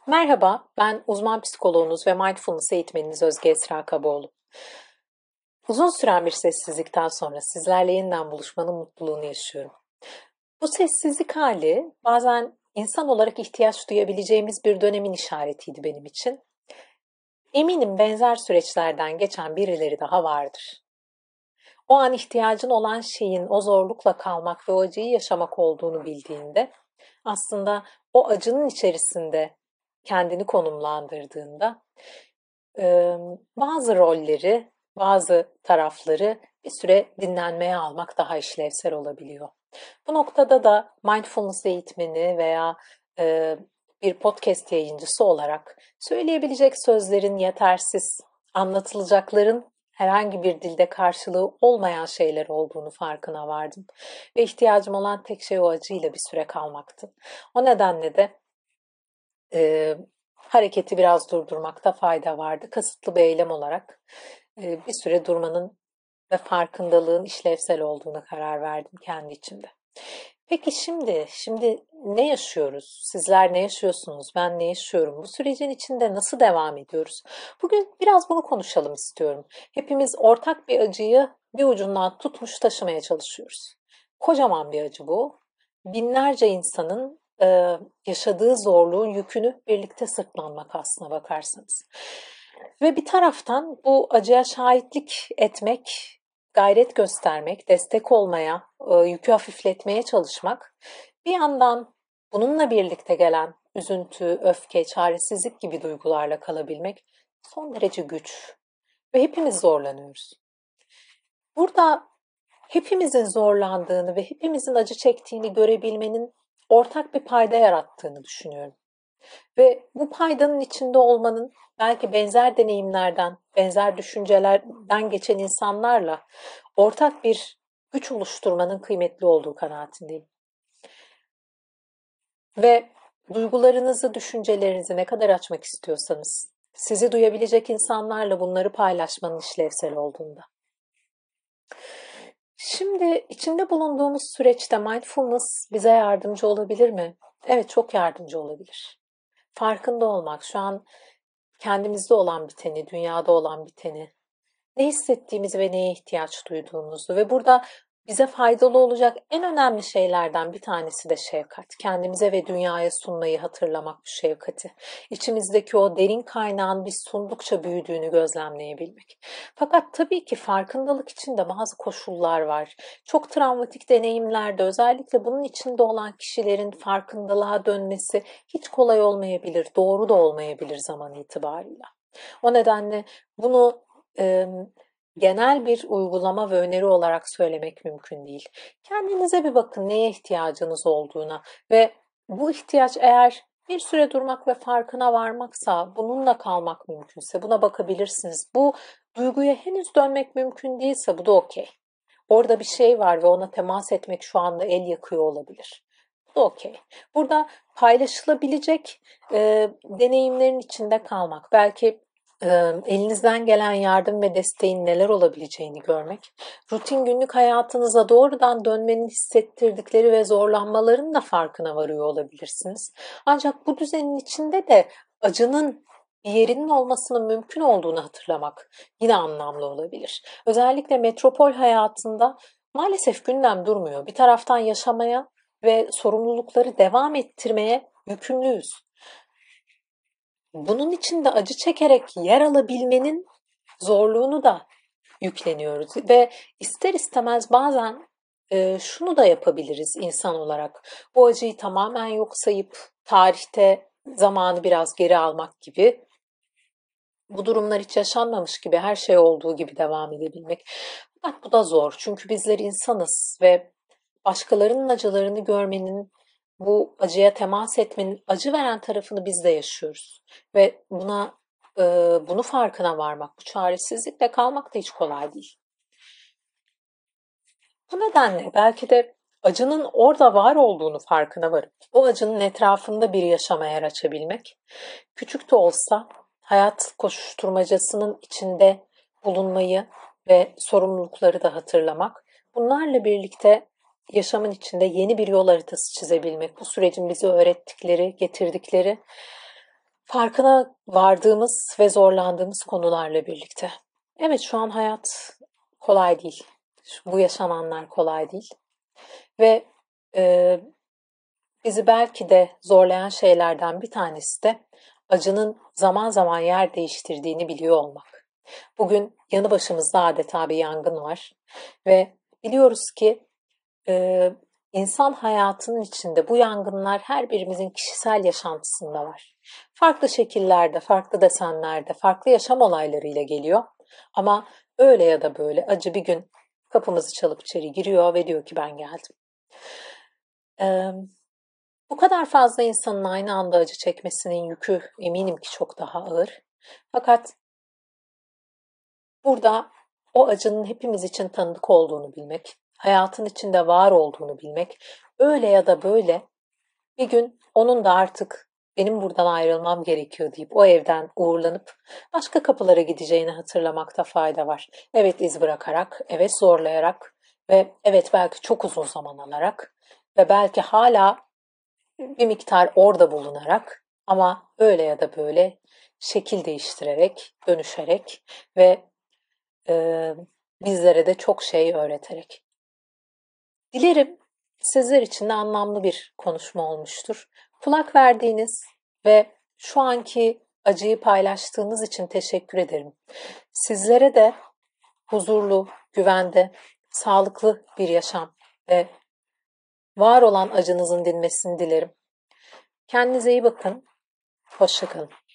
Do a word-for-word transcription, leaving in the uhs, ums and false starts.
Merhaba, ben uzman psikoloğunuz ve mindfulness eğitmeniniz Özge Esra Kaboğlu. Uzun süren bir sessizlikten sonra sizlerle yeniden buluşmanın mutluluğunu yaşıyorum. Bu sessizlik hali bazen insan olarak ihtiyaç duyabileceğimiz bir dönemin işaretiydi benim için. Eminim benzer süreçlerden geçen birileri daha vardır. O an ihtiyacın olan şeyin o zorlukla kalmak ve o acıyı yaşamak olduğunu bildiğinde, aslında o acının içerisinde kendini konumlandırdığında bazı rolleri, bazı tarafları bir süre dinlenmeye almak daha işlevsel olabiliyor. Bu noktada da mindfulness eğitmeni veya e, bir podcast yayıncısı olarak söyleyebilecek sözlerin yetersiz, anlatılacakların herhangi bir dilde karşılığı olmayan şeyler olduğunu farkına vardım. Ve ihtiyacım olan tek şey o acıyla bir süre kalmaktı. O nedenle de e, hareketi biraz durdurmakta fayda vardı. Kasıtlı bir eylem olarak e, bir süre durmanın ve farkındalığın işlevsel olduğuna karar verdim kendi içimde. Peki şimdi, şimdi ne yaşıyoruz? Sizler ne yaşıyorsunuz? Ben ne yaşıyorum? Bu sürecin içinde nasıl devam ediyoruz? Bugün biraz bunu konuşalım istiyorum. Hepimiz ortak bir acıyı bir ucundan tutmuş taşımaya çalışıyoruz. Kocaman bir acı bu. Binlerce insanın e, yaşadığı zorluğun yükünü birlikte sırtlanmak aslına bakarsanız. Ve bir taraftan bu acıya şahitlik etmek, gayret göstermek, destek olmaya, e, yükü hafifletmeye çalışmak, bir yandan bununla birlikte gelen üzüntü, öfke, çaresizlik gibi duygularla kalabilmek son derece güç ve hepimiz zorlanıyoruz. Burada hepimizin zorlandığını ve hepimizin acı çektiğini görebilmenin ortak bir payda yarattığını düşünüyorum. Ve bu paydanın içinde olmanın belki benzer deneyimlerden, benzer düşüncelerden geçen insanlarla ortak bir güç oluşturmanın kıymetli olduğu kanaatindeyim. Ve duygularınızı, düşüncelerinizi ne kadar açmak istiyorsanız, sizi duyabilecek insanlarla bunları paylaşmanın işlevsel olduğunda. Şimdi içinde bulunduğumuz süreçte mindfulness bize yardımcı olabilir mi? Evet, çok yardımcı olabilir. Farkında olmak, şu an kendimizde olan biteni, dünyada olan biteni, ne hissettiğimizi ve neye ihtiyaç duyduğumuzu ve burada bize faydalı olacak en önemli şeylerden bir tanesi de şefkat. Kendimize ve dünyaya sunmayı hatırlamak bu şefkati. İçimizdeki o derin kaynağın biz sundukça büyüdüğünü gözlemleyebilmek. Fakat tabii ki farkındalık için de bazı koşullar var. Çok travmatik deneyimlerde özellikle bunun içinde olan kişilerin farkındalığa dönmesi hiç kolay olmayabilir, doğru da olmayabilir zaman itibarıyla. O nedenle bunu e, genel bir uygulama ve öneri olarak söylemek mümkün değil. Kendinize bir bakın neye ihtiyacınız olduğuna ve bu ihtiyaç eğer bir süre durmak ve farkına varmaksa, bununla kalmak mümkünse buna bakabilirsiniz. Bu duyguya henüz dönmek mümkün değilse bu da okey. Orada bir şey var ve ona temas etmek şu anda el yakıyor olabilir. Bu da okey. Burada paylaşılabilecek e, deneyimlerin içinde kalmak. Belki e, elinizden gelen yardım ve desteğin neler olabileceğini görmek. Rutin günlük hayatınıza doğrudan dönmenin hissettirdikleri ve zorlanmaların da farkına varıyor olabilirsiniz. Ancak bu düzenin içinde de acının bir yerinin olmasının mümkün olduğunu hatırlamak yine anlamlı olabilir. Özellikle metropol hayatında maalesef gündem durmuyor. Bir taraftan yaşamaya ve sorumlulukları devam ettirmeye yükümlüyüz. Bunun için de acı çekerek yer alabilmenin zorluğunu da yükleniyoruz ve ister istemez bazen e, şunu da yapabiliriz insan olarak. Bu acıyı tamamen yok sayıp tarihte zamanı biraz geri almak gibi, bu durumlar hiç yaşanmamış gibi, her şey olduğu gibi devam edebilmek. Fakat bu da zor. Çünkü bizler insanız ve başkalarının acılarını görmenin, bu acıya temas etmenin acı veren tarafını biz de yaşıyoruz. Ve buna e, bunu farkına varmak, bu çaresizlikle kalmak da hiç kolay değil. Bu nedenle belki de acının orada var olduğunu farkına varıp o acının etrafında bir yaşama yer açabilmek, küçük de olsa hayat koşuşturmacasının içinde bulunmayı ve sorumlulukları da hatırlamak, bunlarla birlikte yaşamın içinde yeni bir yol haritası çizebilmek, bu sürecin bize öğrettikleri, getirdikleri farkına vardığımız ve zorlandığımız konularla birlikte. Evet, şu an hayat kolay değil. Bu yaşananlar kolay değil. Ve e, bizi belki de zorlayan şeylerden bir tanesi de acının zaman zaman yer değiştirdiğini biliyor olmak. Bugün yanı başımızda adeta bir yangın var ve biliyoruz ki e, insan hayatının içinde bu yangınlar her birimizin kişisel yaşantısında var. Farklı şekillerde, farklı desenlerde, farklı yaşam olaylarıyla geliyor ama öyle ya da böyle acı bir gün kapımızı çalıp içeri giriyor ve diyor ki ben geldim. Ee, Bu kadar fazla insanın aynı anda acı çekmesinin yükü eminim ki çok daha ağır. Fakat burada o acının hepimiz için tanıdık olduğunu bilmek, hayatın içinde var olduğunu bilmek, öyle ya da böyle bir gün onun da artık benim buradan ayrılmam gerekiyor deyip o evden uğurlanıp başka kapılara gideceğini hatırlamakta fayda var. Evet, iz bırakarak, evet zorlayarak ve evet belki çok uzun zaman alarak ve belki hala bir miktar orada bulunarak ama öyle ya da böyle şekil değiştirerek, dönüşerek ve e, bizlere de çok şey öğreterek. Dilerim sizler için de anlamlı bir konuşma olmuştur. Kulak verdiğiniz ve şu anki acıyı paylaştığınız için teşekkür ederim. Sizlere de huzurlu, güvende, sağlıklı bir yaşam ve var olan acınızın dinmesini dilerim. Kendinize iyi bakın. Hoşça kalın.